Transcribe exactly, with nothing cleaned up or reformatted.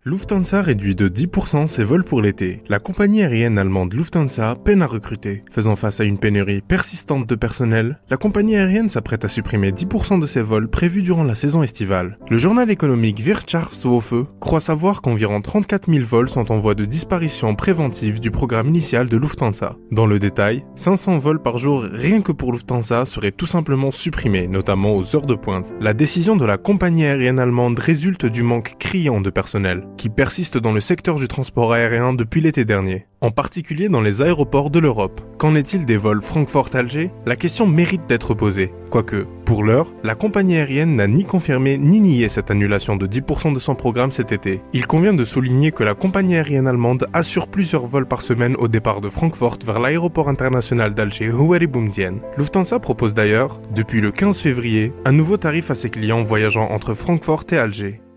Lufthansa réduit de dix pour cent ses vols pour l'été. La compagnie aérienne allemande Lufthansa peine à recruter. Faisant face à une pénurie persistante de personnel, la compagnie aérienne s'apprête à supprimer dix pour cent de ses vols prévus durant la saison estivale. Le journal économique Wirtschaftswoche croit savoir qu'environ trente-quatre mille vols sont en voie de disparition préventive du programme initial de Lufthansa. Dans le détail, cinq cents vols par jour rien que pour Lufthansa seraient tout simplement supprimés, notamment aux heures de pointe. La décision de la compagnie aérienne allemande résulte du manque criant de personnel, qui persiste dans le secteur du transport aérien depuis l'été dernier, en particulier dans les aéroports de l'Europe. Qu'en est-il des vols Francfort-Alger ? La question mérite d'être posée. Quoique, pour l'heure, la compagnie aérienne n'a ni confirmé ni nié cette annulation de dix pour cent de son programme cet été. Il convient de souligner que la compagnie aérienne allemande assure plusieurs vols par semaine au départ de Francfort vers l'aéroport international d'Alger Houari-Boumedienne. Lufthansa propose d'ailleurs, depuis le quinze février, un nouveau tarif à ses clients voyageant entre Francfort et Alger.